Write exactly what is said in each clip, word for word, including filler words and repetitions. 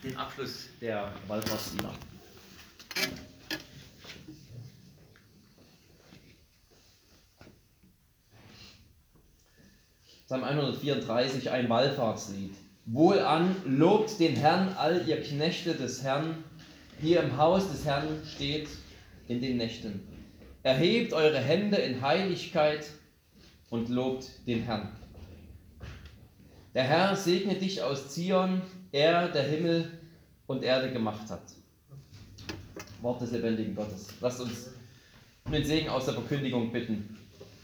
den Abschluss der Wallfahrtslieder. Psalm hundertvierunddreißig, ein Wallfahrtslied. Wohlan, lobt den Herrn, all ihr Knechte des Herrn, die ihr im Haus des Herrn steht in den Nächten. Erhebt eure Hände in Heiligkeit und lobt den Herrn. Der Herr segne dich aus Zion, er, der Himmel und Erde gemacht hat. Wort des lebendigen Gottes. Lasst uns um den Segen aus der Verkündigung bitten.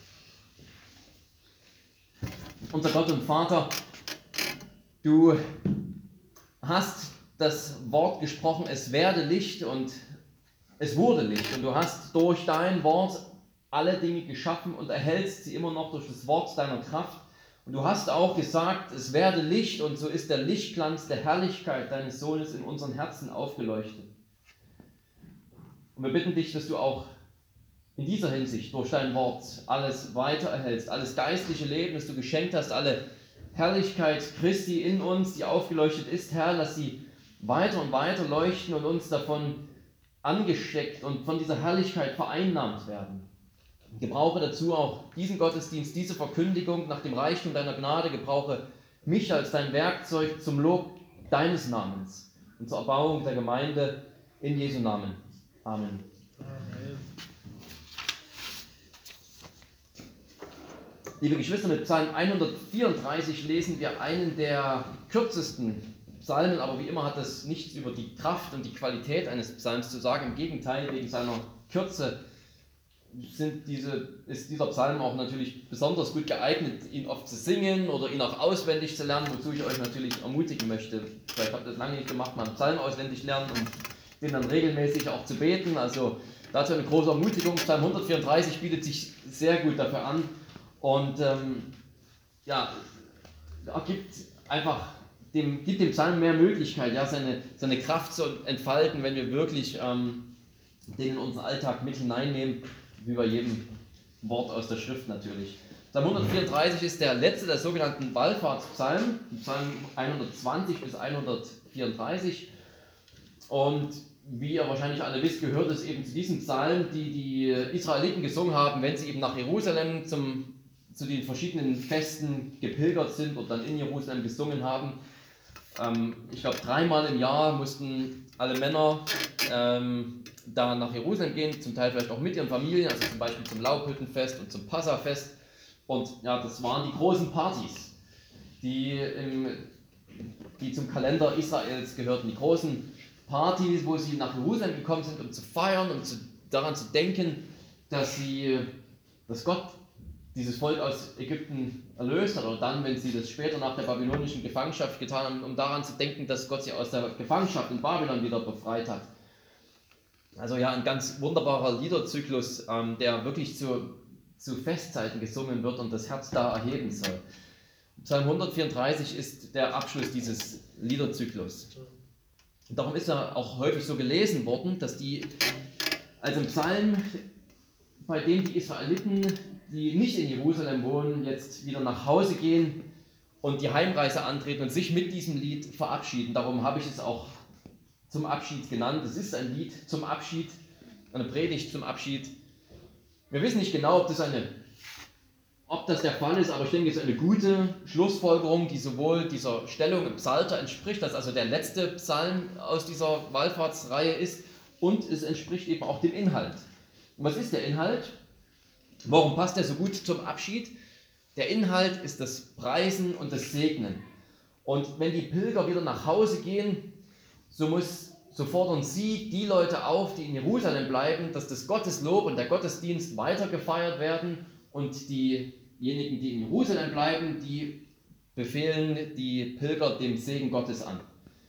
Unser Gott und Vater, du hast das Wort gesprochen, es werde Licht und es wurde Licht. Und du hast durch dein Wort alle Dinge geschaffen und erhältst sie immer noch durch das Wort deiner Kraft. Und du hast auch gesagt, es werde Licht, und so ist der Lichtglanz der Herrlichkeit deines Sohnes in unseren Herzen aufgeleuchtet. Und wir bitten dich, dass du auch in dieser Hinsicht durch dein Wort alles weiter erhältst, alles geistliche Leben, das du geschenkt hast, alle Herrlichkeit Christi in uns, die aufgeleuchtet ist, Herr, lass sie weiter und weiter leuchten und uns davon angesteckt und von dieser Herrlichkeit vereinnahmt werden. Gebrauche dazu auch diesen Gottesdienst, diese Verkündigung nach dem Reichtum deiner Gnade, gebrauche mich als dein Werkzeug zum Lob deines Namens und zur Erbauung der Gemeinde in Jesu Namen. Amen. Amen. Liebe Geschwister, mit Psalm hundertvierunddreißig lesen wir einen der kürzesten Psalmen, aber wie immer hat das nichts über die Kraft und die Qualität eines Psalms zu sagen. Im Gegenteil, wegen seiner Kürze sind diese, ist dieser Psalm auch natürlich besonders gut geeignet, ihn oft zu singen oder ihn auch auswendig zu lernen, wozu ich euch natürlich ermutigen möchte. Vielleicht habt ihr das lange nicht gemacht, mal einen Psalm auswendig lernen und den dann regelmäßig auch zu beten. Also dazu eine große Ermutigung. Psalm hundertvierunddreißig bietet sich sehr gut dafür an und ähm, ja, gibt einfach dem, gibt dem Psalm mehr Möglichkeit, ja, seine, seine Kraft zu entfalten, wenn wir wirklich ähm, den in unseren Alltag mit hineinnehmen, wie bei jedem Wort aus der Schrift natürlich. Psalm hundertvierunddreißig ist der letzte der sogenannten Wallfahrtspsalmen, Psalm hundertzwanzig bis hundertvierunddreißig. Und wie ihr wahrscheinlich alle wisst, gehört es eben zu diesem Psalm, die die Israeliten gesungen haben, wenn sie eben nach Jerusalem zum, zu den verschiedenen Festen gepilgert sind und dann in Jerusalem gesungen haben. Ähm, ich glaube, dreimal im Jahr mussten alle Männer ähm, da nach Jerusalem gehen, zum Teil vielleicht auch mit ihren Familien, also zum Beispiel zum Laubhüttenfest und zum Passafest. Und ja, das waren die großen Partys, die, im, die zum Kalender Israels gehörten, die großen Partys, wo sie nach Jerusalem gekommen sind, um zu feiern, um zu, daran zu denken, dass sie, dass Gott dieses Volk aus Ägypten erlöst hat, oder dann, wenn sie das später nach der babylonischen Gefangenschaft getan haben, um daran zu denken, dass Gott sie aus der Gefangenschaft in Babylon wieder befreit hat. Also ja, ein ganz wunderbarer Liederzyklus, ähm, der wirklich zu, zu Festzeiten gesungen wird und das Herz da erheben soll. Psalm hundertvierunddreißig ist der Abschluss dieses Liederzyklus. Und darum ist er auch häufig so gelesen worden, dass die, also ein Psalm, bei dem die Israeliten, die nicht in Jerusalem wohnen, jetzt wieder nach Hause gehen und die Heimreise antreten und sich mit diesem Lied verabschieden. Darum habe ich es auch zum Abschied genannt. Es ist ein Lied zum Abschied, eine Predigt zum Abschied. Wir wissen nicht genau, ob das, eine, ob das der Fall ist, aber ich denke, es ist eine gute Schlussfolgerung, die sowohl dieser Stellung im Psalter entspricht, dass also der letzte Psalm aus dieser Wallfahrtsreihe ist, und es entspricht eben auch dem Inhalt. Und was ist der Inhalt? Warum passt der so gut zum Abschied? Der Inhalt ist das Preisen und das Segnen. Und wenn die Pilger wieder nach Hause gehen, so, muss, so fordern sie die Leute auf, die in Jerusalem bleiben, dass das Gotteslob und der Gottesdienst weiter gefeiert werden, und diejenigen, die in Jerusalem bleiben, die befehlen die Pilger dem Segen Gottes an.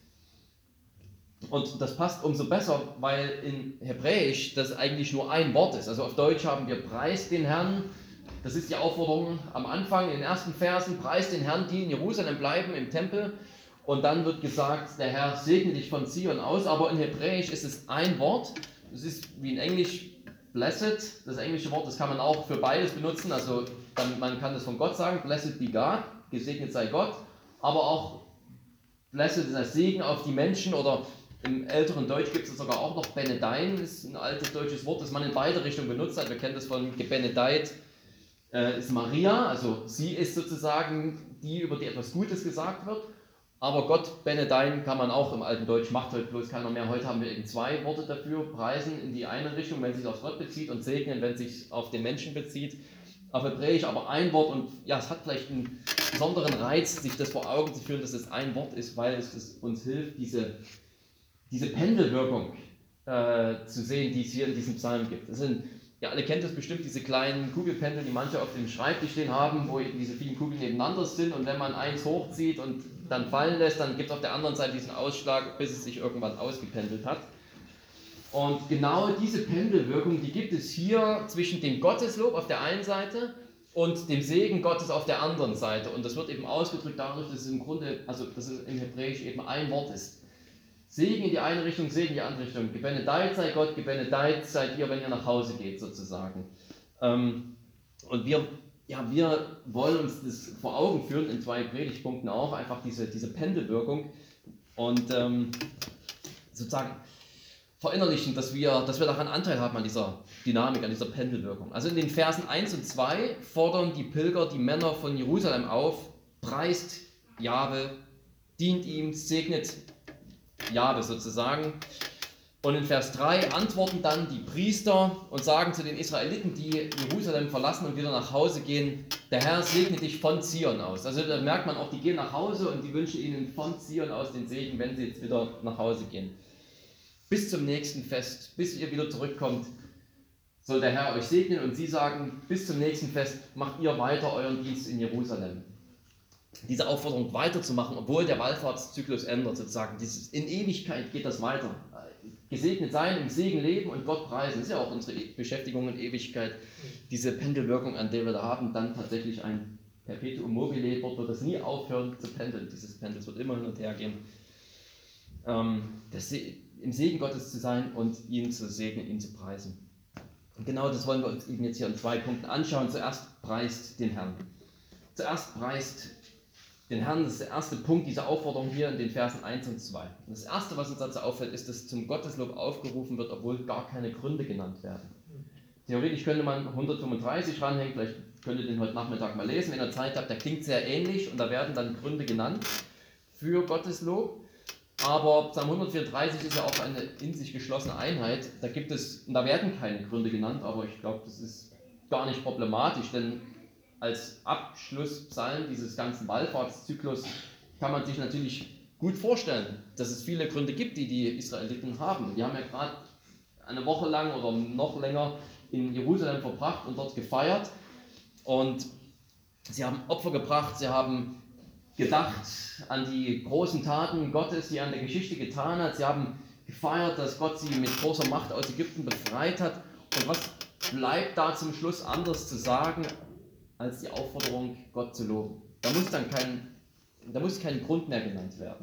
Und das passt umso besser, weil in Hebräisch das eigentlich nur ein Wort ist. Also auf Deutsch haben wir Preis den Herrn. Das ist die Aufforderung am Anfang, in den ersten Versen: Preis den Herrn, die in Jerusalem bleiben, im Tempel. Und dann wird gesagt, der Herr segne dich von Zion aus. Aber in Hebräisch ist es ein Wort. Das ist wie in Englisch blessed. Das englische Wort, das kann man auch für beides benutzen. Also dann, man kann das von Gott sagen, blessed be God, gesegnet sei Gott. Aber auch Blessed, das heißt Segen auf die Menschen, oder im älteren Deutsch gibt es sogar auch noch Benedein, ist ein altes deutsches Wort, das man in beide Richtungen benutzt hat. Wir kennen das von gebenedeit, äh, ist Maria, also sie ist sozusagen die, über die etwas Gutes gesagt wird. Aber Gott, Benedein, kann man auch im alten Deutsch, macht heute bloß keiner mehr. Heute haben wir eben zwei Worte dafür, preisen in die eine Richtung, wenn es sich auf Gott bezieht, und segnen, wenn es sich auf den Menschen bezieht. Auf Hebräisch aber ein Wort, und ja, es hat vielleicht einen besonderen Reiz, sich das vor Augen zu führen, dass es ein Wort ist, weil es uns hilft, diese, diese Pendelwirkung äh, zu sehen, die es hier in diesem Psalm gibt. Das sind, ja, alle kennt das bestimmt, diese kleinen Kugelpendel, die manche auf dem Schreibtisch stehen haben, wo eben diese vielen Kugeln nebeneinander sind, und wenn man eins hochzieht und dann fallen lässt, dann gibt es auf der anderen Seite diesen Ausschlag, bis es sich irgendwann ausgependelt hat. Und genau diese Pendelwirkung, die gibt es hier zwischen dem Gotteslob auf der einen Seite und dem Segen Gottes auf der anderen Seite. Und das wird eben ausgedrückt dadurch, dass es im Grunde, also dass es im Hebräisch eben ein Wort ist. Segen in die eine Richtung, Segen in die andere Richtung. Gebenedeit sei Gott, gebenedeit seid ihr, wenn ihr nach Hause geht, sozusagen. Und wir, ja, wir wollen uns das vor Augen führen, in zwei Predigtpunkten auch, einfach diese, diese Pendelwirkung. Und ähm, sozusagen verinnerlichen, dass wir, dass wir daran Anteil haben an dieser Dynamik, an dieser Pendelwirkung. Also in den Versen eins und zwei fordern die Pilger die Männer von Jerusalem auf, preist Jahwe, dient ihm, segnet Jahwe sozusagen. Und in Vers drei antworten dann die Priester und sagen zu den Israeliten, die Jerusalem verlassen und wieder nach Hause gehen, der Herr segne dich von Zion aus. Also da merkt man auch, die gehen nach Hause und die wünschen ihnen von Zion aus den Segen, wenn sie jetzt wieder nach Hause gehen. Bis zum nächsten Fest, bis ihr wieder zurückkommt, soll der Herr euch segnen, und sie sagen, bis zum nächsten Fest macht ihr weiter euren Dienst in Jerusalem. Diese Aufforderung weiterzumachen, obwohl der Wallfahrtszyklus ändert, sozusagen, dieses, in Ewigkeit geht das weiter. Gesegnet sein, im Segen leben und Gott preisen, das ist ja auch unsere Beschäftigung in Ewigkeit. Diese Pendelwirkung, an der wir da haben, dann tatsächlich ein Perpetuum mobile, dort wird das nie aufhören zu pendeln. Dieses Pendel wird immer hin und her gehen. Ähm, das im Segen Gottes zu sein und ihn zu segnen, ihn zu preisen. Und genau das wollen wir uns eben jetzt hier in zwei Punkten anschauen. Zuerst preist den Herrn. Zuerst preist den Herrn, das ist der erste Punkt dieser Aufforderung hier in den Versen eins und zwei. Und das erste, was uns dazu auffällt, ist, dass zum Gotteslob aufgerufen wird, obwohl gar keine Gründe genannt werden. Theoretisch könnte man hundertfünfunddreißig ranhängen, vielleicht könnt ihr den heute Nachmittag mal lesen, wenn ihr Zeit habt, der klingt sehr ähnlich und da werden dann Gründe genannt für Gotteslob. Aber Psalm hundertvierunddreißig ist ja auch eine in sich geschlossene Einheit. Da gibt es, da werden keine Gründe genannt, aber ich glaube, das ist gar nicht problematisch, denn als Abschlusspsalm dieses ganzen Wallfahrtszyklus kann man sich natürlich gut vorstellen, dass es viele Gründe gibt, die die Israeliten haben. Die haben ja gerade eine Woche lang oder noch länger in Jerusalem verbracht und dort gefeiert. Und sie haben Opfer gebracht, sie haben gedacht an die großen Taten Gottes, die er an der Geschichte getan hat. Sie haben gefeiert, dass Gott sie mit großer Macht aus Ägypten befreit hat. Und was bleibt da zum Schluss anders zu sagen, als die Aufforderung, Gott zu loben? Da muss dann kein, da muss kein Grund mehr genannt werden.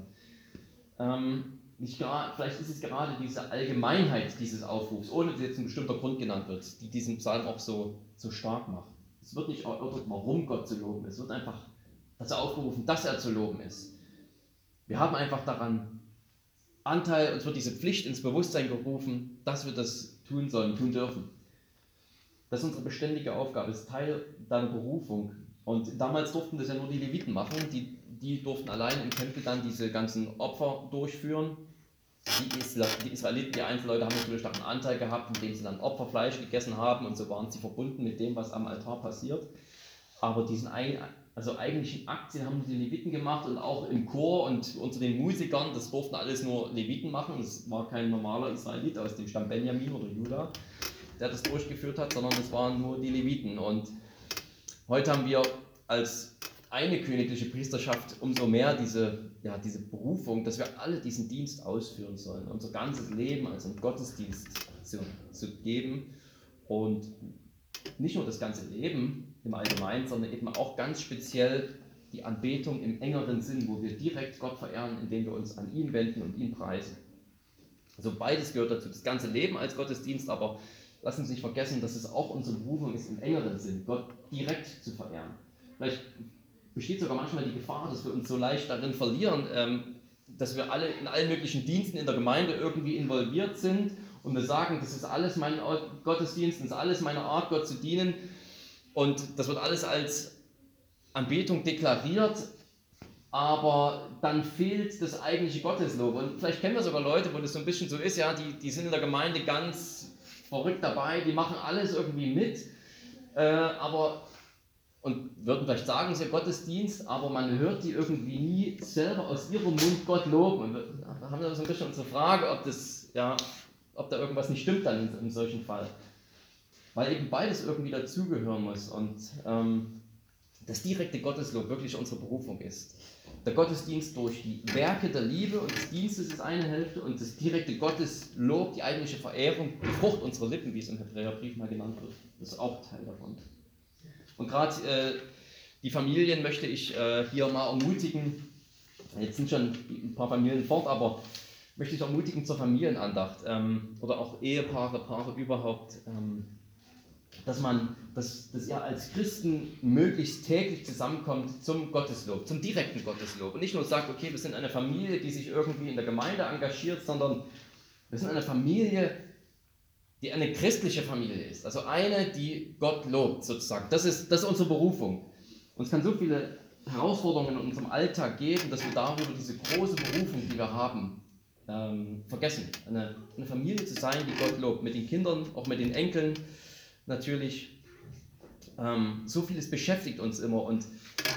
Ähm, nicht gerade, vielleicht ist es gerade diese Allgemeinheit dieses Aufrufs, ohne dass jetzt ein bestimmter Grund genannt wird, die diesen Psalm auch so, so stark macht. Es wird nicht erörtert, warum Gott zu loben ist. Es wird einfach dazu aufgerufen, dass er zu loben ist. Wir haben einfach daran Anteil, uns wird diese Pflicht ins Bewusstsein gerufen, dass wir das tun sollen, tun dürfen. Das ist unsere beständige Aufgabe, das ist Teil deiner Berufung. Und damals durften das ja nur die Leviten machen, die, die durften allein im Tempel dann diese ganzen Opfer durchführen. Die, Isla, die Israeliten, die Einzelleute haben natürlich auch einen Anteil gehabt, indem sie dann Opferfleisch gegessen haben, und so waren sie verbunden mit dem, was am Altar passiert. Aber diesen ein, also eigentlichen Akt, den haben die Leviten gemacht, und auch im Chor und unter den Musikern, das durften alles nur Leviten machen. Es war kein normaler Israelit aus dem Stamm Benjamin oder Juda, der das durchgeführt hat, sondern es waren nur die Leviten. Und heute haben wir als eine königliche Priesterschaft umso mehr diese, ja, diese Berufung, dass wir alle diesen Dienst ausführen sollen, unser ganzes Leben als einen Gottesdienst zu, zu geben, und nicht nur das ganze Leben im Allgemeinen, sondern eben auch ganz speziell die Anbetung im engeren Sinn, wo wir direkt Gott verehren, indem wir uns an ihn wenden und ihn preisen. Also beides gehört dazu, das ganze Leben als Gottesdienst, aber lass uns nicht vergessen, dass es auch unsere Berufung ist, im engeren Sinn, Gott direkt zu verehren. Vielleicht besteht sogar manchmal die Gefahr, dass wir uns so leicht darin verlieren, ähm, dass wir alle in allen möglichen Diensten in der Gemeinde irgendwie involviert sind und wir sagen, das ist alles mein Gottesdienst, das ist alles meine Art, Gott zu dienen, und das wird alles als Anbetung deklariert, aber dann fehlt das eigentliche Gotteslob. Und vielleicht kennen wir sogar Leute, wo das so ein bisschen so ist, ja, die, die sind in der Gemeinde ganz verrückt dabei, die machen alles irgendwie mit, äh, aber und würden vielleicht sagen, es ist ja Gottesdienst, aber man hört die irgendwie nie selber aus ihrem Mund Gott loben. Und wir haben da so ein bisschen unsere Frage, ob, das, ja, ob da irgendwas nicht stimmt dann in, in solchen Fall. Weil eben beides irgendwie dazugehören muss und ähm, das direkte Gotteslob wirklich unsere Berufung ist. Der Gottesdienst durch die Werke der Liebe und des Dienstes ist eine Hälfte und das direkte Gotteslob, die eigentliche Verehrung, die Frucht unserer Lippen, wie es im Hebräerbrief mal genannt wird, ist auch Teil davon. Und gerade äh, die Familien möchte ich äh, hier mal ermutigen, jetzt sind schon ein paar Familien fort, aber möchte ich ermutigen zur Familienandacht ähm, oder auch Ehepaare, Paare überhaupt, ähm, dass man, dass, dass ihr als Christen möglichst täglich zusammenkommt zum Gotteslob, zum direkten Gotteslob und nicht nur sagt, okay, wir sind eine Familie, die sich irgendwie in der Gemeinde engagiert, sondern wir sind eine Familie, die eine christliche Familie ist, also eine, die Gott lobt sozusagen. Das ist, das ist unsere Berufung. Und es kann so viele Herausforderungen in unserem Alltag geben, dass wir darüber diese große Berufung, die wir haben, ähm, vergessen. Eine, eine Familie zu sein, die Gott lobt, mit den Kindern, auch mit den Enkeln natürlich. Ähm, so vieles beschäftigt uns immer und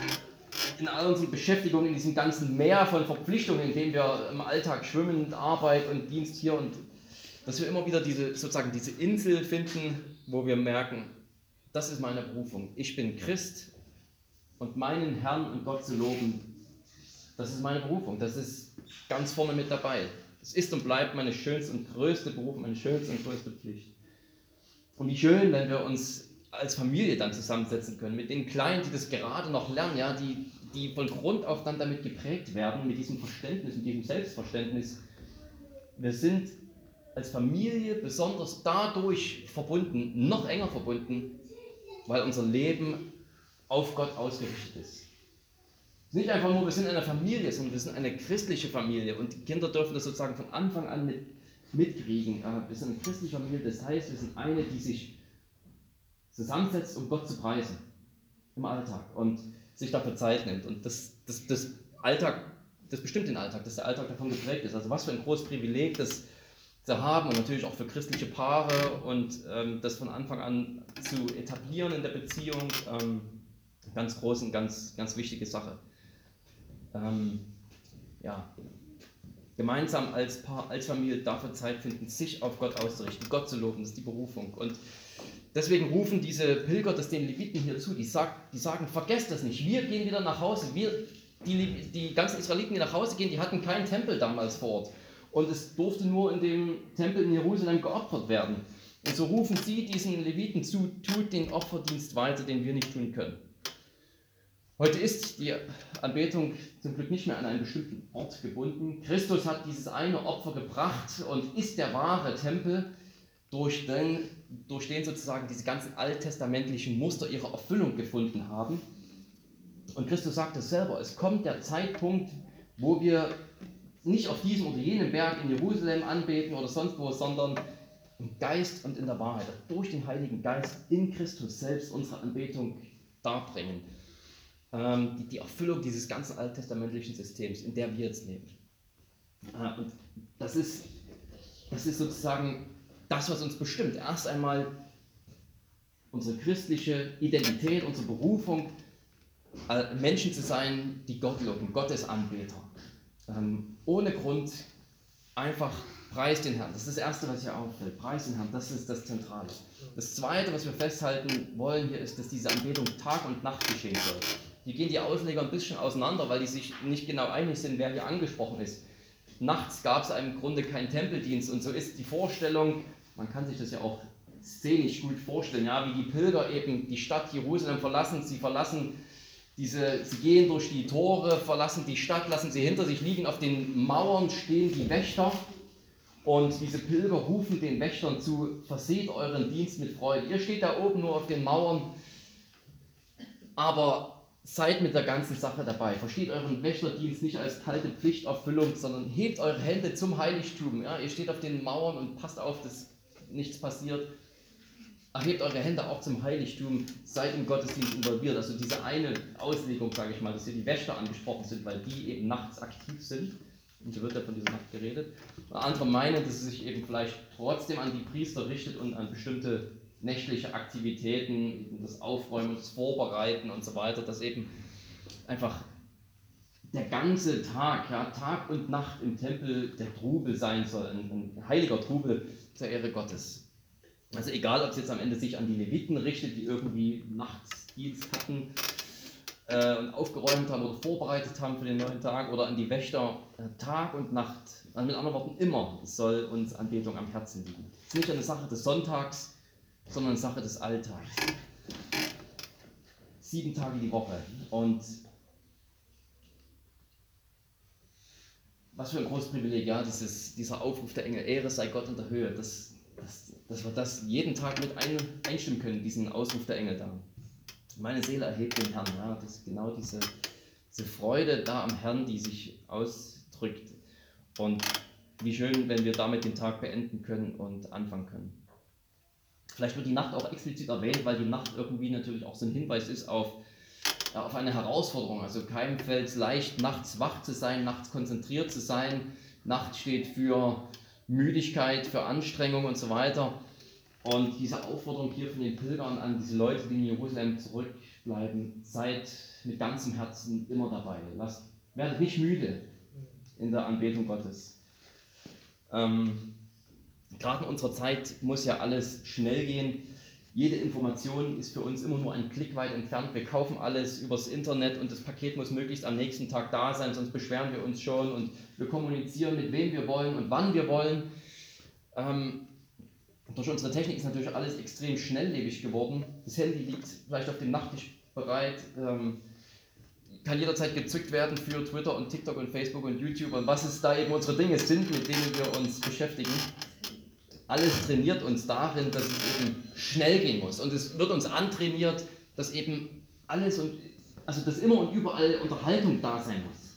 in all unseren Beschäftigungen, in diesem ganzen Meer von Verpflichtungen, in dem wir im Alltag schwimmen, Arbeit und Dienst hier und dass wir immer wieder diese, sozusagen diese Insel finden, wo wir merken, das ist meine Berufung. Ich bin Christ und meinen Herrn und Gott zu loben, das ist meine Berufung. Das ist ganz vorne mit dabei. Es ist und bleibt meine schönste und größte Berufung, meine schönste und größte Pflicht. Und wie schön, wenn wir uns als Familie dann zusammensetzen können, mit den Kleinen, die das gerade noch lernen, ja, die, die von Grund auf dann damit geprägt werden, mit diesem Verständnis, mit diesem Selbstverständnis. Wir sind als Familie besonders dadurch verbunden, noch enger verbunden, weil unser Leben auf Gott ausgerichtet ist. Nicht einfach nur, wir sind eine Familie, sondern wir sind eine christliche Familie und die Kinder dürfen das sozusagen von Anfang an mit, mitkriegen. Wir sind eine christliche Familie, das heißt, wir sind eine, die sich zusammensetzt, um Gott zu preisen im Alltag und sich dafür Zeit nimmt. Und das, das, das Alltag, das bestimmt den Alltag, dass der Alltag davon geprägt ist. Also was für ein großes Privileg das zu haben und natürlich auch für christliche Paare und ähm, das von Anfang an zu etablieren in der Beziehung, ähm, ganz groß und ganz, ganz wichtige Sache. Ähm, ja, gemeinsam als Paar, als Familie dafür Zeit finden, sich auf Gott auszurichten, Gott zu loben, das ist die Berufung. Und deswegen rufen diese Pilger das den Leviten hier zu, die, sag, die sagen, vergesst das nicht, wir gehen wieder nach Hause. Wir, die, die ganzen Israeliten, die nach Hause gehen, die hatten keinen Tempel damals vor Ort. Und es durfte nur in dem Tempel in Jerusalem geopfert werden. Und so rufen sie diesen Leviten zu, tut den Opferdienst weiter, den wir nicht tun können. Heute ist die Anbetung zum Glück nicht mehr an einen bestimmten Ort gebunden. Christus hat dieses eine Opfer gebracht und ist der wahre Tempel, durch den, durch den sozusagen diese ganzen alttestamentlichen Muster ihre Erfüllung gefunden haben. Und Christus sagt es selber, es kommt der Zeitpunkt, wo wir nicht auf diesem oder jenem Berg in Jerusalem anbeten oder sonst wo, sondern im Geist und in der Wahrheit, durch den Heiligen Geist in Christus selbst unsere Anbetung darbringen. Ähm, die, die Erfüllung dieses ganzen alttestamentlichen Systems, in der wir jetzt leben. Äh, und das ist, das ist sozusagen das, was uns bestimmt. Erst einmal unsere christliche Identität, unsere Berufung, äh, Menschen zu sein, die Gott loben, Gottesanbeter. Ähm, ohne Grund einfach preis den Herrn. Das ist das Erste, was hier auffällt. Preis den Herrn, das ist das Zentrale. Das Zweite, was wir festhalten wollen hier, ist, dass diese Anbetung Tag und Nacht geschehen soll. Hier gehen die Ausleger ein bisschen auseinander, weil die sich nicht genau einig sind, wer hier angesprochen ist. Nachts gab es im Grunde keinen Tempeldienst und so ist die Vorstellung, man kann sich das ja auch szenisch gut vorstellen, ja, wie die Pilger eben die Stadt Jerusalem verlassen, sie verlassen diese, sie gehen durch die Tore, verlassen die Stadt, lassen sie hinter sich liegen, auf den Mauern stehen die Wächter und diese Pilger rufen den Wächtern zu, verseht euren Dienst mit Freude. Ihr steht da oben nur auf den Mauern, aber seid mit der ganzen Sache dabei. Versteht euren Wächterdienst nicht als kalte Pflichterfüllung, sondern hebt eure Hände zum Heiligtum. Ja? Ihr steht auf den Mauern und passt auf, dass nichts passiert. Erhebt eure Hände auch zum Heiligtum, seid im Gottesdienst involviert. Also diese eine Auslegung, sage ich mal, dass hier die Wächter angesprochen sind, weil die eben nachts aktiv sind. Und so wird ja von dieser Nacht geredet. Andere meinen, dass es sich eben vielleicht trotzdem an die Priester richtet und an bestimmte nächtliche Aktivitäten, das Aufräumen, das Vorbereiten und so weiter, dass eben einfach der ganze Tag, ja, Tag und Nacht im Tempel der Trubel sein soll, ein, ein heiliger Trubel zur Ehre Gottes. Also egal, ob es jetzt am Ende sich an die Leviten richtet, die irgendwie Nachtdienst hatten äh, und aufgeräumt haben oder vorbereitet haben für den neuen Tag, oder an die Wächter, äh, Tag und Nacht. Also mit anderen Worten, immer soll uns Anbetung am Herzen liegen. Es ist nicht eine Sache des Sonntags, sondern eine Sache des Alltags. Sieben Tage die Woche. Und was für ein großes Privileg, ja, dieses, dieser Aufruf der Engel, Ehre sei Gott in der Höhe, das, das, dass wir das jeden Tag mit ein, einstimmen können, diesen Ausruf der Engel da. Meine Seele erhebt den Herrn, ja, das ist genau diese, diese Freude da am Herrn, die sich ausdrückt. Und wie schön, wenn wir damit den Tag beenden können und anfangen können. Vielleicht wird die Nacht auch explizit erwähnt, weil die Nacht irgendwie natürlich auch so ein Hinweis ist auf, ja, auf eine Herausforderung. Also keinem fällt es leicht, nachts wach zu sein, nachts konzentriert zu sein. Nacht steht für Müdigkeit, für Anstrengung und so weiter. Und diese Aufforderung hier von den Pilgern an diese Leute, die in Jerusalem zurückbleiben, seid mit ganzem Herzen immer dabei. Lasst, werdet nicht müde in der Anbetung Gottes. Ähm, Gerade in unserer Zeit muss ja alles schnell gehen. Jede Information ist für uns immer nur einen Klick weit entfernt. Wir kaufen alles übers Internet und das Paket muss möglichst am nächsten Tag da sein, sonst beschweren wir uns schon, und wir kommunizieren, mit wem wir wollen und wann wir wollen. Ähm, durch unsere Technik ist natürlich alles extrem schnelllebig geworden. Das Handy liegt vielleicht auf dem Nachttisch bereit, ähm, kann jederzeit gezückt werden für Twitter und TikTok und Facebook und YouTube und was es da eben unsere Dinge sind, mit denen wir uns beschäftigen. Alles trainiert uns darin, dass es eben schnell gehen muss. Und es wird uns antrainiert, dass eben alles und also dass immer und überall Unterhaltung da sein muss.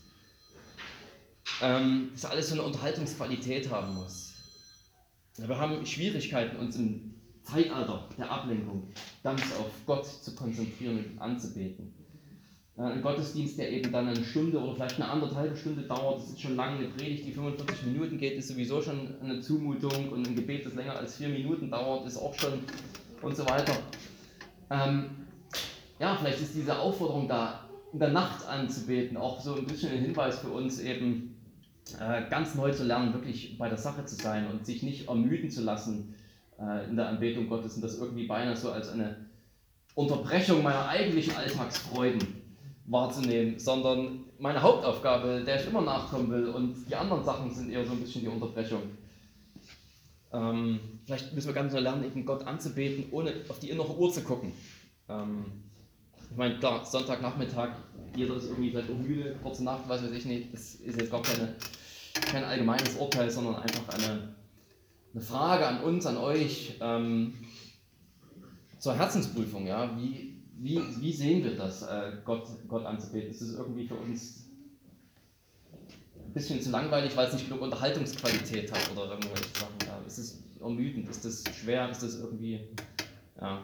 Ähm, dass alles so eine Unterhaltungsqualität haben muss. Wir haben Schwierigkeiten, uns im Zeitalter der Ablenkung ganz auf Gott zu konzentrieren und anzubeten. Ein Gottesdienst, der eben dann eine Stunde oder vielleicht eine anderthalbe Stunde dauert, das ist schon lange eine Predigt, die fünfundvierzig Minuten geht, ist sowieso schon eine Zumutung, und ein Gebet, das länger als vier Minuten dauert, ist auch schon und so weiter. Ähm, ja, vielleicht ist diese Aufforderung da, in der Nacht anzubeten, auch so ein bisschen ein Hinweis für uns, eben äh, ganz neu zu lernen, wirklich bei der Sache zu sein und sich nicht ermüden zu lassen äh, in der Anbetung Gottes, und das irgendwie beinahe so als eine Unterbrechung meiner eigentlichen Alltagsfreuden wahrzunehmen, sondern meine Hauptaufgabe, der ich immer nachkommen will, und die anderen Sachen sind eher so ein bisschen die Unterbrechung. Ähm, vielleicht müssen wir ganz neu lernen, eben Gott anzubeten, ohne auf die innere Uhr zu gucken. Ähm, ich meine, klar, Sonntagnachmittag, jeder ist irgendwie vielleicht auch müde, kurze Nacht, weiß ich nicht, das ist jetzt gar keine, kein allgemeines Urteil, sondern einfach eine, eine Frage an uns, an euch, ähm, zur Herzensprüfung, ja, wie Wie, wie sehen wir das, äh, Gott, Gott anzubeten? Ist es irgendwie für uns ein bisschen zu langweilig, weil es nicht genug Unterhaltungsqualität hat oder irgendwelche Sachen? Ja. Ist es ermüdend? Ist das schwer? Ist das irgendwie... Ja.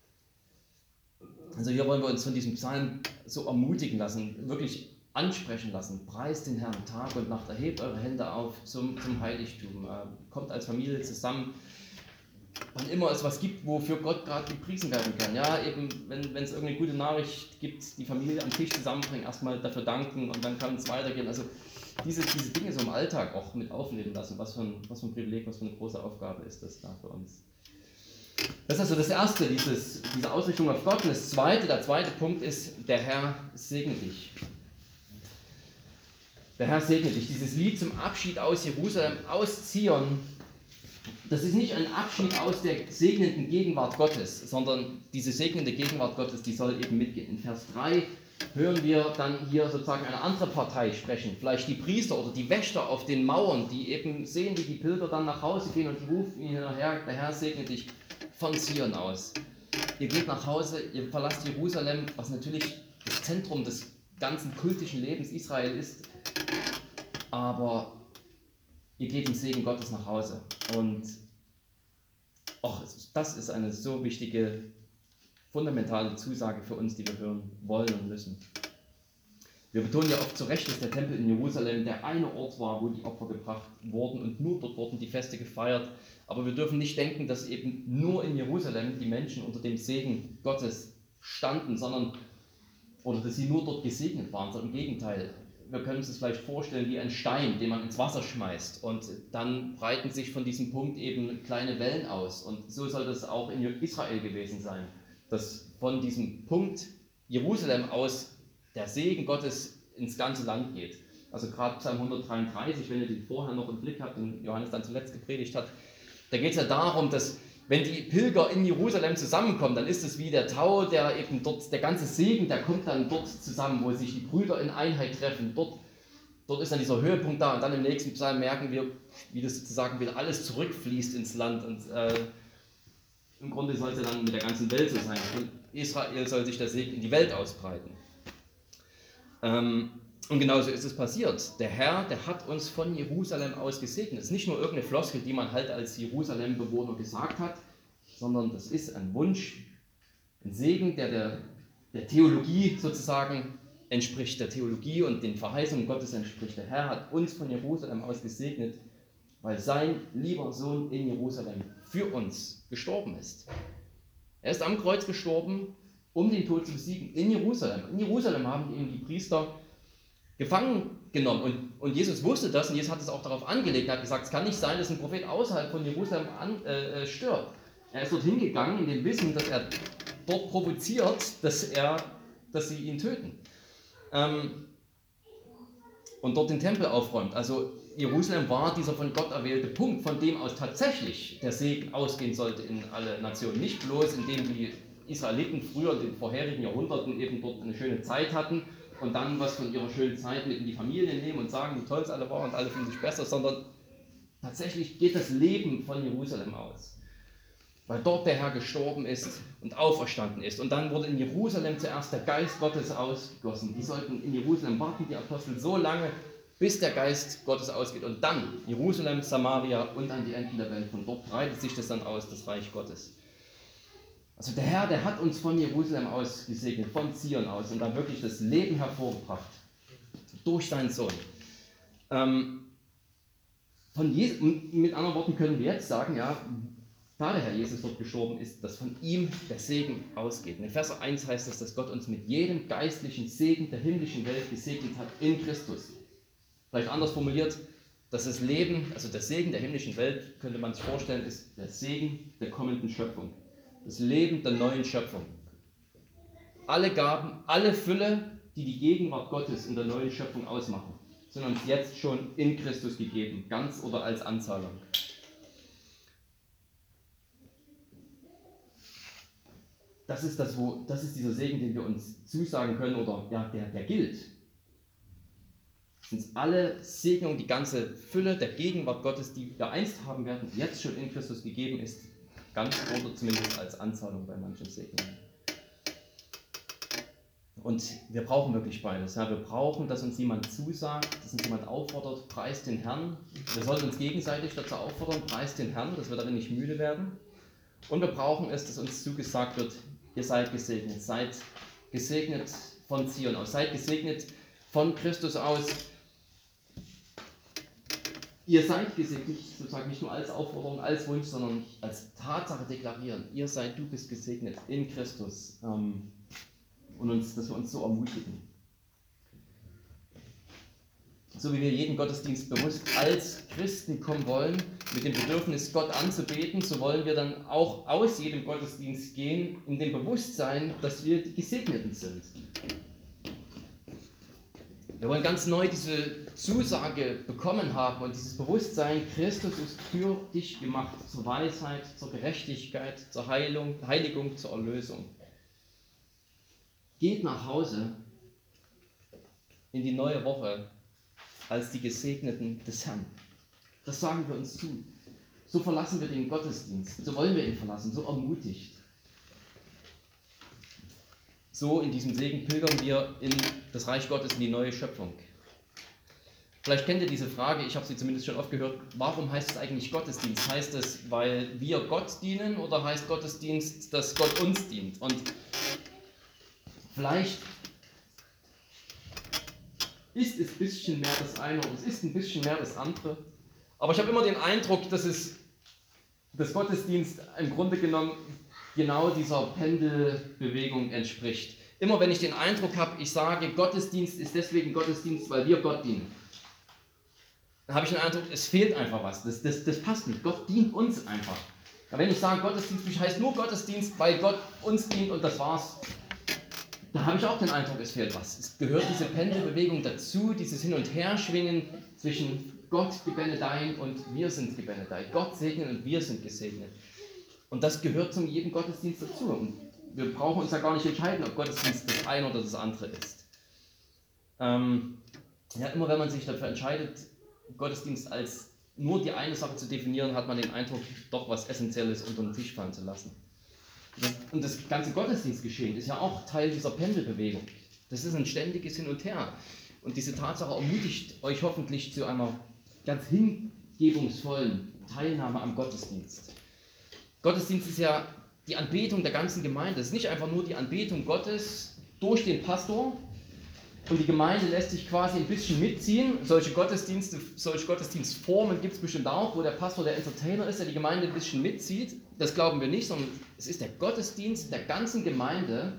Also hier wollen wir uns von diesem Psalm so ermutigen lassen, wirklich ansprechen lassen. Preist den Herrn Tag und Nacht, erhebt eure Hände auf zum, zum Heiligtum. Äh, kommt als Familie zusammen. Wann immer es was gibt, wofür Gott gerade gepriesen werden kann. Ja, eben, wenn es irgendeine gute Nachricht gibt, die Familie am Tisch zusammenbringen, erstmal dafür danken und dann kann es weitergehen. Also diese, diese Dinge so im Alltag auch mit aufleben lassen, was für, ein, was für ein Privileg, was für eine große Aufgabe ist das da für uns. Das ist also das Erste, dieses, diese Ausrichtung auf Gott. Und das Zweite, der zweite Punkt ist, der Herr segne dich. Der Herr segne dich. Dieses Lied zum Abschied aus Jerusalem, aus Zion, das ist nicht ein Abschied aus der segnenden Gegenwart Gottes, sondern diese segnende Gegenwart Gottes, die soll eben mitgehen. In Vers drei hören wir dann hier sozusagen eine andere Partei sprechen, vielleicht die Priester oder die Wächter auf den Mauern, die eben sehen, wie die Pilger dann nach Hause gehen, und die rufen ihnen nachher, der Herr segne dich von Zion aus. Ihr geht nach Hause, ihr verlasst Jerusalem, was natürlich das Zentrum des ganzen kultischen Lebens Israel ist. Aber ihr geht im Segen Gottes nach Hause. Und auch das ist eine so wichtige, fundamentale Zusage für uns, die wir hören wollen und müssen. Wir betonen ja oft zu Recht, dass der Tempel in Jerusalem der eine Ort war, wo die Opfer gebracht wurden und nur dort wurden die Feste gefeiert. Aber wir dürfen nicht denken, dass eben nur in Jerusalem die Menschen unter dem Segen Gottes standen, sondern, oder dass sie nur dort gesegnet waren, sondern im Gegenteil. Wir können uns das vielleicht vorstellen wie ein Stein, den man ins Wasser schmeißt und dann breiten sich von diesem Punkt eben kleine Wellen aus. Und so soll das auch in Israel gewesen sein, dass von diesem Punkt Jerusalem aus der Segen Gottes ins ganze Land geht. Also gerade Psalm hundertdreiunddreißig, wenn ihr den vorher noch im Blick habt, den Johannes dann zuletzt gepredigt hat, da geht es ja darum, dass wenn die Pilger in Jerusalem zusammenkommen, dann ist es wie der Tau, der eben dort, der ganze Segen, der kommt dann dort zusammen, wo sich die Brüder in Einheit treffen. Dort, dort ist dann dieser Höhepunkt da und dann im nächsten Psalm merken wir, wie das sozusagen wieder alles zurückfließt ins Land. Und äh, im Grunde soll es ja dann mit der ganzen Welt so sein. Von Israel soll sich der Segen in die Welt ausbreiten. Ähm, und genauso ist es passiert. Der Herr, der hat uns von Jerusalem aus gesegnet. Es ist nicht nur irgendeine Floskel, die man halt als Jerusalem-Bewohner gesagt hat, sondern das ist ein Wunsch, ein Segen, der der, der Theologie sozusagen entspricht, der Theologie und den Verheißungen Gottes entspricht. Der Herr hat uns von Jerusalem aus gesegnet, weil sein lieber Sohn in Jerusalem für uns gestorben ist. Er ist am Kreuz gestorben, um den Tod zu besiegen, in Jerusalem. In Jerusalem haben ihn die Priester gefangen genommen. Und, und Jesus wusste das und Jesus hat es auch darauf angelegt. Er hat gesagt, es kann nicht sein, dass ein Prophet außerhalb von Jerusalem an, äh, stirbt. Er ist dorthin gegangen in dem Wissen, dass er dort provoziert, dass, er, dass sie ihn töten. Ähm, und dort den Tempel aufräumt. Also Jerusalem war dieser von Gott erwählte Punkt, von dem aus tatsächlich der Segen ausgehen sollte in alle Nationen. Nicht bloß, indem die Israeliten früher in den vorherigen Jahrhunderten eben dort eine schöne Zeit hatten und dann was von ihrer schönen Zeit mit in die Familie nehmen und sagen, wie toll es alle war und alle fühlen sich besser, sondern tatsächlich geht das Leben von Jerusalem aus. Weil dort der Herr gestorben ist und auferstanden ist. Und dann wurde in Jerusalem zuerst der Geist Gottes ausgegossen. Die sollten in Jerusalem warten, die Apostel, so lange, bis der Geist Gottes ausgeht. Und dann Jerusalem, Samaria und an die Enden der Welt. Von dort breitet sich das dann aus, das Reich Gottes. Also der Herr, der hat uns von Jerusalem aus gesegnet, von Zion aus und da wirklich das Leben hervorgebracht. Durch seinen Sohn. Ähm, von Jesus, mit anderen Worten können wir jetzt sagen, ja, da der Herr Jesus dort gestorben ist, dass von ihm der Segen ausgeht. In Vers eins heißt es, dass Gott uns mit jedem geistlichen Segen der himmlischen Welt gesegnet hat in Christus. Vielleicht anders formuliert, dass das Leben, also der Segen der himmlischen Welt, könnte man sich vorstellen, ist der Segen der kommenden Schöpfung. Das Leben der neuen Schöpfung. Alle Gaben, alle Fülle, die die Gegenwart Gottes in der neuen Schöpfung ausmachen, sind uns jetzt schon in Christus gegeben, ganz oder als Anzahlung. Das ist, das, wo, das ist dieser Segen, den wir uns zusagen können oder ja, der, der gilt. Das sind alle Segnungen, die ganze Fülle der Gegenwart Gottes, die wir einst haben werden, jetzt schon in Christus gegeben ist, ganz oder zumindest als Anzahlung bei manchen Segnungen. Und wir brauchen wirklich beides. Ja. Wir brauchen, dass uns jemand zusagt, dass uns jemand auffordert, preist den Herrn. Wir sollten uns gegenseitig dazu auffordern, preist den Herrn, dass wir darin nicht müde werden. Und wir brauchen es, dass uns zugesagt wird, ihr seid gesegnet, seid gesegnet von Zion aus, seid gesegnet von Christus aus. Ihr seid gesegnet, sozusagen nicht nur als Aufforderung, als Wunsch, sondern als Tatsache deklarieren. Ihr seid, du bist gesegnet in Christus. Ähm, und uns, dass wir uns so ermutigen. So wie wir jeden Gottesdienst bewusst als Christen kommen wollen, mit dem Bedürfnis, Gott anzubeten, so wollen wir dann auch aus jedem Gottesdienst gehen, in dem Bewusstsein, dass wir die Gesegneten sind. Wir wollen ganz neu diese Zusage bekommen haben und dieses Bewusstsein, Christus ist für dich gemacht, zur Weisheit, zur Gerechtigkeit, zur Heilung, Heiligung, zur Erlösung. Geht nach Hause in die neue Woche als die Gesegneten des Herrn. Das sagen wir uns zu. So verlassen wir den Gottesdienst, so wollen wir ihn verlassen, so ermutigt. so in diesem Segen pilgern wir in das Reich Gottes, in die neue Schöpfung. Vielleicht kennt ihr diese Frage, ich habe sie zumindest schon oft gehört, warum heißt es eigentlich Gottesdienst? Heißt es, weil wir Gott dienen oder heißt Gottesdienst, dass Gott uns dient? Und vielleicht ist es ein bisschen mehr das eine und es ist ein bisschen mehr das andere. Aber ich habe immer den Eindruck, dass es das Gottesdienst im Grunde genommen genau dieser Pendelbewegung entspricht. Immer wenn ich den Eindruck habe, ich sage, Gottesdienst ist deswegen Gottesdienst, weil wir Gott dienen, dann habe ich den Eindruck, es fehlt einfach was. Das, das, das passt nicht. Gott dient uns einfach. Aber wenn ich sage, Gottesdienst heißt nur Gottesdienst, weil Gott uns dient und das war's, da habe ich auch den Eindruck, es fehlt was. Es gehört diese Pendelbewegung dazu, dieses Hin- und Herschwingen zwischen Gott gebenedein und wir sind gebenedeit. Gott segnen und wir sind gesegnet. Und das gehört zu jedem Gottesdienst dazu. Und wir brauchen uns ja gar nicht entscheiden, ob Gottesdienst das eine oder das andere ist. Ähm, ja, immer wenn man sich dafür entscheidet, Gottesdienst als nur die eine Sache zu definieren, hat man den Eindruck, doch was Essentielles unter den Tisch fallen zu lassen. Und das ganze Gottesdienstgeschehen ist ja auch Teil dieser Pendelbewegung. Das ist ein ständiges Hin und Her. Und diese Tatsache ermutigt euch hoffentlich zu einer ganz hingebungsvollen Teilnahme am Gottesdienst. Gottesdienst ist ja die Anbetung der ganzen Gemeinde. Es ist nicht einfach nur die Anbetung Gottes durch den Pastor und die Gemeinde lässt sich quasi ein bisschen mitziehen. Solche Gottesdienste, solche Gottesdienstformen gibt es bestimmt auch, wo der Pastor der Entertainer ist, der die Gemeinde ein bisschen mitzieht. Das glauben wir nicht, sondern es ist der Gottesdienst der ganzen Gemeinde.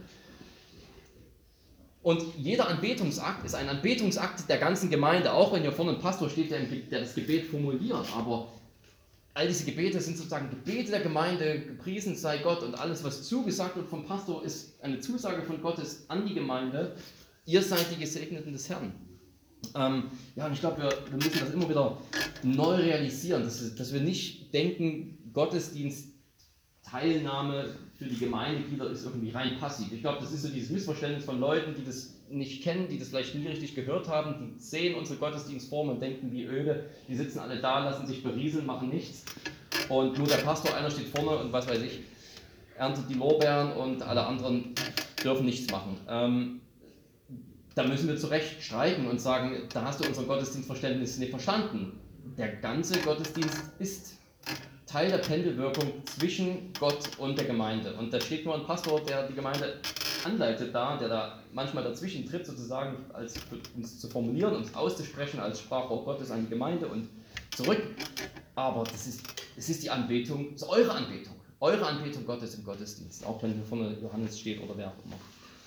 Und jeder Anbetungsakt ist ein Anbetungsakt der ganzen Gemeinde, auch wenn hier vorne ein Pastor steht, der, der das Gebet formuliert. Aber all diese Gebete sind sozusagen Gebete der Gemeinde, gepriesen sei Gott, und alles, was zugesagt wird vom Pastor, ist eine Zusage von Gottes an die Gemeinde. Ihr seid die Gesegneten des Herrn. Ähm, ja, und ich glaube, wir, wir müssen das immer wieder neu realisieren, dass, dass wir nicht denken, Gottesdienst-Teilnahme für die Gemeindeglieder ist irgendwie rein passiv. Ich glaube, das ist so dieses Missverständnis von Leuten, die das nicht kennen, die das vielleicht nie richtig gehört haben, die sehen unsere Gottesdienstform und denken, wie öde, die sitzen alle da, lassen sich berieseln, machen nichts. Und nur der Pastor, einer steht vorne und was weiß ich, erntet die Lorbeeren und alle anderen dürfen nichts machen. Ähm, Da müssen wir zu Recht streiken und sagen, da hast du unser Gottesdienstverständnis nicht verstanden. Der ganze Gottesdienst ist Teil der Pendelwirkung zwischen Gott und der Gemeinde. Und da steht nur ein Pastor, der die Gemeinde anleitet da, der da manchmal dazwischen tritt, sozusagen, als, um es zu formulieren, um es auszusprechen als Sprachrohr Gottes an die Gemeinde und zurück. Aber das ist, das ist die Anbetung, das ist eure Anbetung. Eure Anbetung Gottes im Gottesdienst, auch wenn hier vorne Johannes steht oder wer auch immer.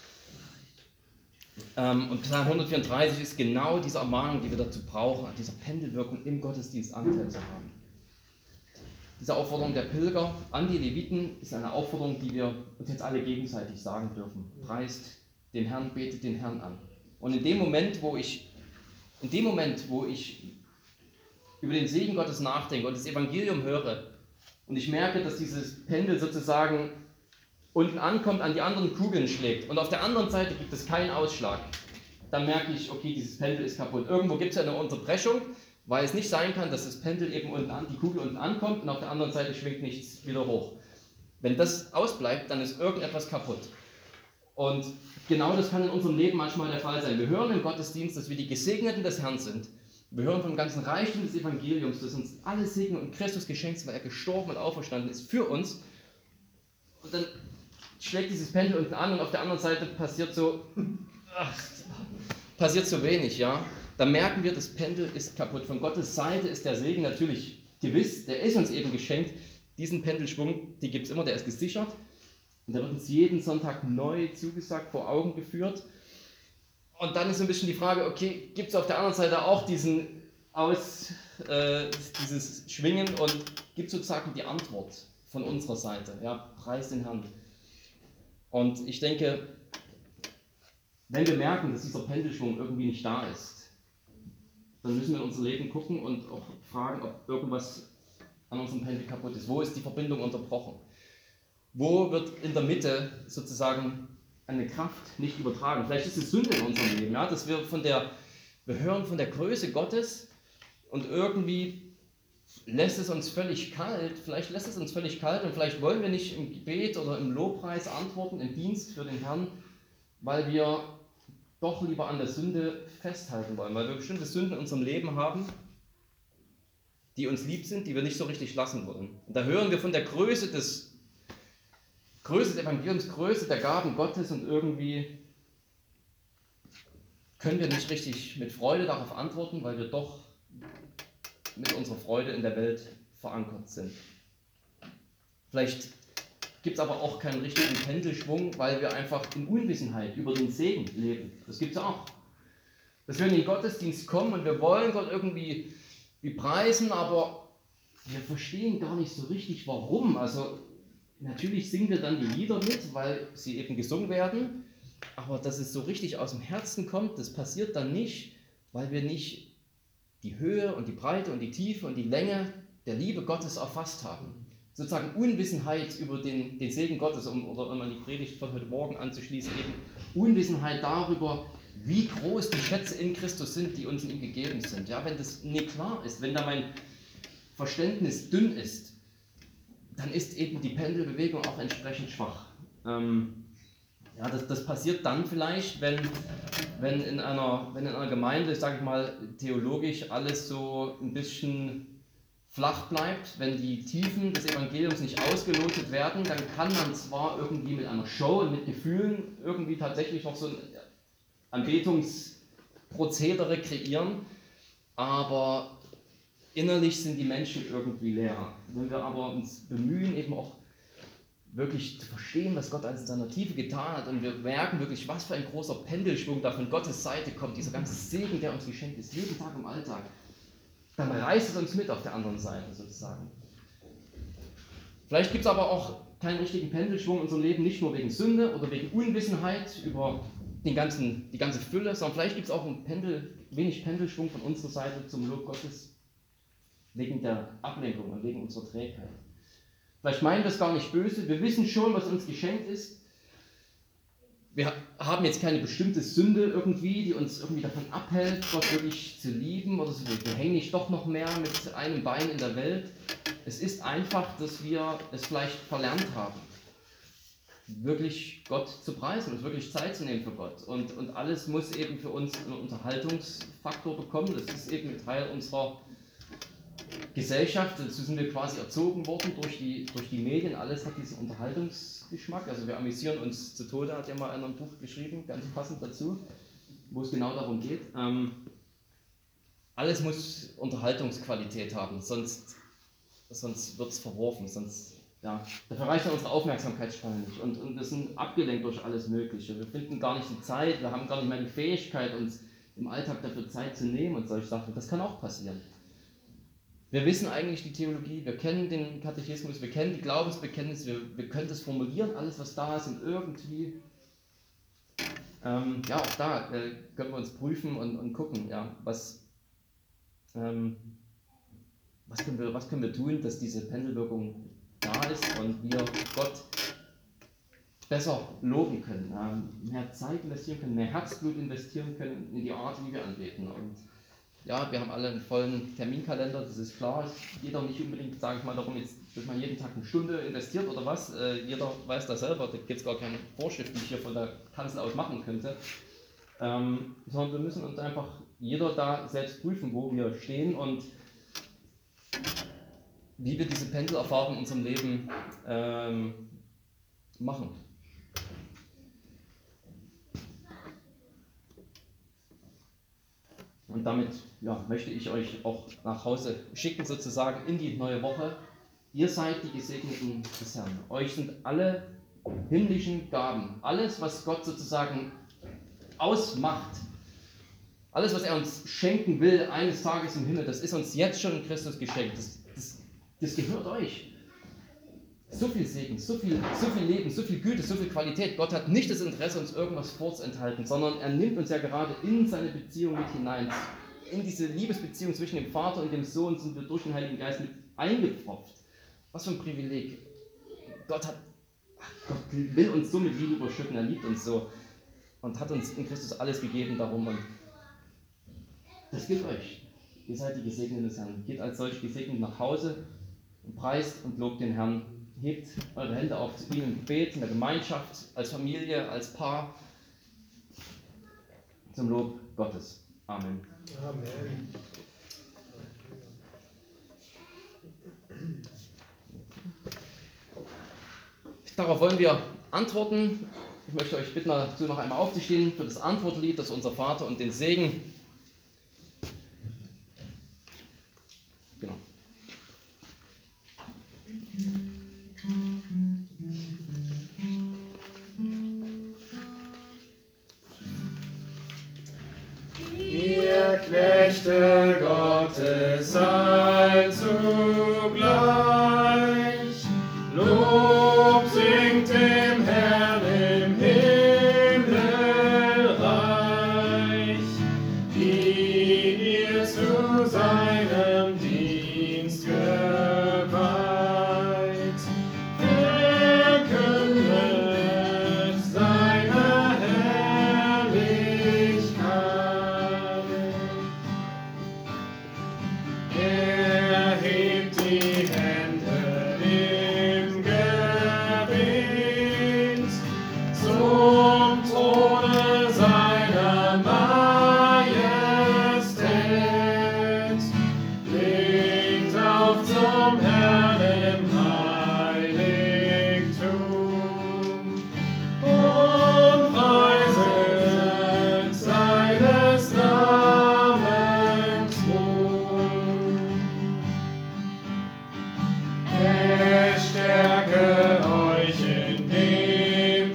Und Psalm hundertvierunddreißig ist genau diese Ermahnung, die wir dazu brauchen, an dieser Pendelwirkung im Gottesdienst Anteil zu haben. Diese Aufforderung der Pilger an die Leviten ist eine Aufforderung, die wir uns jetzt alle gegenseitig sagen dürfen. Preist den Herrn, betet den Herrn an. Und in dem Moment, wo ich, in dem Moment, wo ich über den Segen Gottes nachdenke und das Evangelium höre und ich merke, dass dieses Pendel sozusagen unten ankommt, an die anderen Kugeln schlägt und auf der anderen Seite gibt es keinen Ausschlag, dann merke ich, okay, dieses Pendel ist kaputt. Irgendwo gibt es ja eine Unterbrechung, weil es nicht sein kann, dass das Pendel eben unten an, die Kugel unten ankommt und auf der anderen Seite schwingt nichts wieder hoch. Wenn das ausbleibt, dann ist irgendetwas kaputt. Und genau das kann in unserem Leben manchmal der Fall sein. Wir hören im Gottesdienst, dass wir die Gesegneten des Herrn sind. Wir hören vom ganzen Reichtum des Evangeliums, dass uns alle Segen und Christus geschenkt ist, weil er gestorben und auferstanden ist für uns. Und dann schlägt dieses Pendel unten an und auf der anderen Seite passiert so, ach, passiert so wenig, ja. Dann merken wir, das Pendel ist kaputt. Von Gottes Seite ist der Segen natürlich gewiss, der ist uns eben geschenkt. Diesen Pendelschwung, die gibt es immer, der ist gesichert. Und der wird uns jeden Sonntag neu zugesagt, vor Augen geführt. Und dann ist so ein bisschen die Frage, okay, gibt es auf der anderen Seite auch diesen Aus, äh, dieses Schwingen und gibt es sozusagen die Antwort von unserer Seite, ja, preis den Herrn. Und ich denke, wenn wir merken, dass dieser Pendelschwung irgendwie nicht da ist, dann müssen wir in unser Leben gucken und auch fragen, ob irgendwas an unserem Pendel kaputt ist. Wo ist die Verbindung unterbrochen? Wo wird in der Mitte sozusagen eine Kraft nicht übertragen? Vielleicht ist es Sünde in unserem Leben, ja, dass wir von der, wir hören von der Größe Gottes und irgendwie lässt es uns völlig kalt, vielleicht lässt es uns völlig kalt und vielleicht wollen wir nicht im Gebet oder im Lobpreis antworten, im Dienst für den Herrn, weil wir doch lieber an der Sünde festhalten wollen, weil wir bestimmte Sünden in unserem Leben haben, die uns lieb sind, die wir nicht so richtig lassen wollen. Und da hören wir von der Größe des, Größe des Evangeliums, Größe der Gaben Gottes und irgendwie können wir nicht richtig mit Freude darauf antworten, weil wir doch mit unserer Freude in der Welt verankert sind. Vielleicht gibt es aber auch keinen richtigen Pendelschwung, weil wir einfach in Unwissenheit über den Segen leben. Das gibt es auch. Dass wir in den Gottesdienst kommen und wir wollen Gott irgendwie wie preisen, aber wir verstehen gar nicht so richtig, warum. Also natürlich singen wir dann die Lieder mit, weil sie eben gesungen werden, aber dass es so richtig aus dem Herzen kommt, das passiert dann nicht, weil wir nicht die Höhe und die Breite und die Tiefe und die Länge der Liebe Gottes erfasst haben. Sozusagen Unwissenheit über den, den Segen Gottes, um, oder um an die Predigt von heute Morgen anzuschließen, eben Unwissenheit darüber, wie groß die Schätze in Christus sind, die uns in ihm gegeben sind. Ja, wenn das nicht klar ist, wenn da mein Verständnis dünn ist, dann ist eben die Pendelbewegung auch entsprechend schwach. Ähm, ja, das, das passiert dann vielleicht, wenn, wenn, in einer, wenn in einer Gemeinde, sage ich mal, theologisch alles so ein bisschen flach bleibt, wenn die Tiefen des Evangeliums nicht ausgelotet werden, dann kann man zwar irgendwie mit einer Show und mit Gefühlen irgendwie tatsächlich noch so ein Anbetungsprozedere kreieren, aber innerlich sind die Menschen irgendwie leer. Wenn wir aber uns bemühen, eben auch wirklich zu verstehen, was Gott alles in seiner Tiefe getan hat und wir merken wirklich, was für ein großer Pendelschwung da von Gottes Seite kommt, dieser ganze Segen, der uns geschenkt ist, jeden Tag im Alltag, dann reißt es uns mit auf der anderen Seite sozusagen. Vielleicht gibt es aber auch keinen richtigen Pendelschwung in unserem Leben, nicht nur wegen Sünde oder wegen Unwissenheit über den ganzen, die ganze Fülle, sondern vielleicht gibt es auch einen Pendel, wenig Pendelschwung von unserer Seite zum Lob Gottes, wegen der Ablenkung und wegen unserer Trägheit. Vielleicht meinen wir es gar nicht böse, wir wissen schon, was uns geschenkt ist. Wir haben jetzt keine bestimmte Sünde irgendwie, die uns irgendwie davon abhält, Gott wirklich zu lieben, oder so. Wir hängen nicht doch noch mehr mit einem Bein in der Welt. Es ist einfach, dass wir es vielleicht verlernt haben, wirklich Gott zu preisen, uns wirklich Zeit zu nehmen für Gott. Und, und alles muss eben für uns einen Unterhaltungsfaktor bekommen. Das ist eben ein Teil unserer Gesellschaft, dazu sind wir quasi erzogen worden durch die, durch die Medien, alles hat diesen Unterhaltungsgeschmack, also wir amüsieren uns zu Tode, hat ja mal einer ein Buch geschrieben, ganz passend dazu, wo es genau darum geht. Ähm, alles muss Unterhaltungsqualität haben, sonst, sonst wird es verworfen, sonst, ja, dafür reicht ja unsere Aufmerksamkeitsspanne nicht und, und wir sind abgelenkt durch alles Mögliche, wir finden gar nicht die Zeit, wir haben gar nicht mehr die Fähigkeit, uns im Alltag dafür Zeit zu nehmen und solche Sachen, das kann auch passieren. Wir wissen eigentlich die Theologie, wir kennen den Katechismus, wir kennen die Glaubensbekenntnisse, wir, wir können das formulieren, alles was da ist und irgendwie, ähm, ja auch da äh, können wir uns prüfen und, und gucken, ja, was, ähm, was, können wir, was können wir tun, dass diese Pendelwirkung da ist und wir Gott besser loben können, ähm, mehr Zeit investieren können, mehr Herzblut investieren können in die Art, wie wir anbeten. Und ja, wir haben alle einen vollen Terminkalender, das ist klar. Es geht auch nicht unbedingt, sage ich mal, darum, jetzt, dass man jeden Tag eine Stunde investiert oder was. Äh, jeder weiß das selber, da gibt es gar keine Vorschriften, die ich hier von der Kanzel aus machen könnte. Ähm, sondern wir müssen uns einfach jeder da selbst prüfen, wo wir stehen und wie wir diese Pendelerfahrung in unserem Leben ähm, machen. Und damit ja, möchte ich euch auch nach Hause schicken, sozusagen in die neue Woche. Ihr seid die Gesegneten des Herrn. Euch sind alle himmlischen Gaben, alles, was Gott sozusagen ausmacht, alles, was er uns schenken will, eines Tages im Himmel, das ist uns jetzt schon in Christus geschenkt. Das, das, das gehört euch. So viel Segen, so viel, so viel Leben, so viel Güte, so viel Qualität. Gott hat nicht das Interesse, uns irgendwas vorzuenthalten, sondern er nimmt uns ja gerade in seine Beziehung mit hinein. In diese Liebesbeziehung zwischen dem Vater und dem Sohn sind wir durch den Heiligen Geist mit eingepfropft. Was für ein Privileg. Gott, hat, Gott will uns so mit Liebe überschütten, er liebt uns so und hat uns in Christus alles gegeben darum. Und das gilt euch. Ihr seid die Gesegneten des Herrn. Geht als solch gesegnet nach Hause und preist und lobt den Herrn. Hebt eure Hände auf zu ihm im Gebet, in der Gemeinschaft, als Familie, als Paar. zum Lob Gottes. Amen. Amen. Darauf wollen wir antworten. Ich möchte euch bitten, dazu noch einmal aufzustehen für das Antwortlied, das Unser Vater und den Segen. Genau. Ihr Knechte Gottes seid zugleich, Lob singt dem Herrn im Himmelreich, die ihr zu seinem Dienst geweiht, verkündet seine Herrlichkeit. Er hebt die Hände im Gebet zum Throne seiner Majestät, blickt auf zum Herrn im Heiligtum und preiset seines Namens Ruhm. Er stärke euch in dem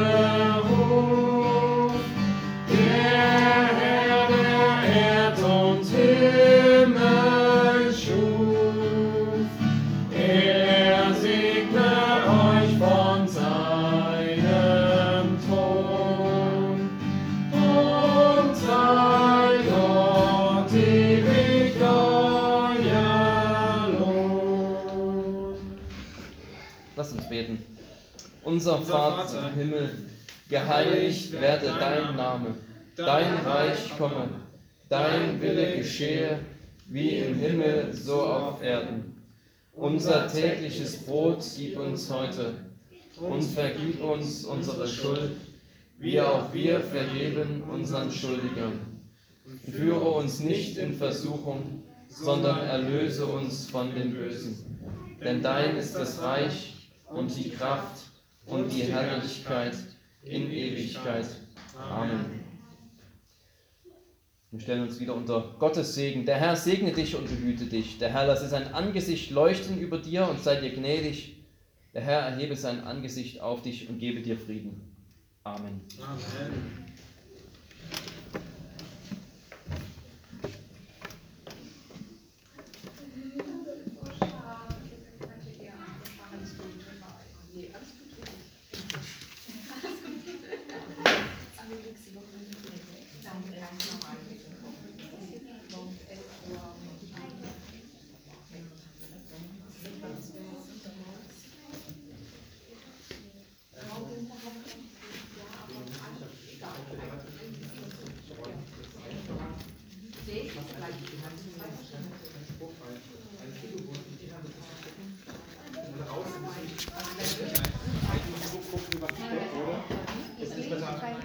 Beruf, der Herr, der Erd und Himmel schuf. Er segne euch von seinem Thron und sei Gott ewig euer Lohn. Lasst uns beten. Unser Unser Vater Vater im Himmel, geheiligt werde dein Name, dein Reich komme, dein Wille geschehe, wie im Himmel, so auf Erden. Unser tägliches Brot gib uns heute und vergib uns unsere Schuld, wie auch wir vergeben unseren Schuldigern. Und führe uns nicht in Versuchung, sondern erlöse uns von dem Bösen. Denn dein ist das Reich und die Kraft und die Herrlichkeit in Ewigkeit. Amen. Wir stellen uns wieder unter Gottes Segen. Der Herr segne dich und behüte dich. Der Herr lasse sein Angesicht leuchten über dir und sei dir gnädig. Der Herr erhebe sein Angesicht auf dich und gebe dir Frieden. Amen. Amen.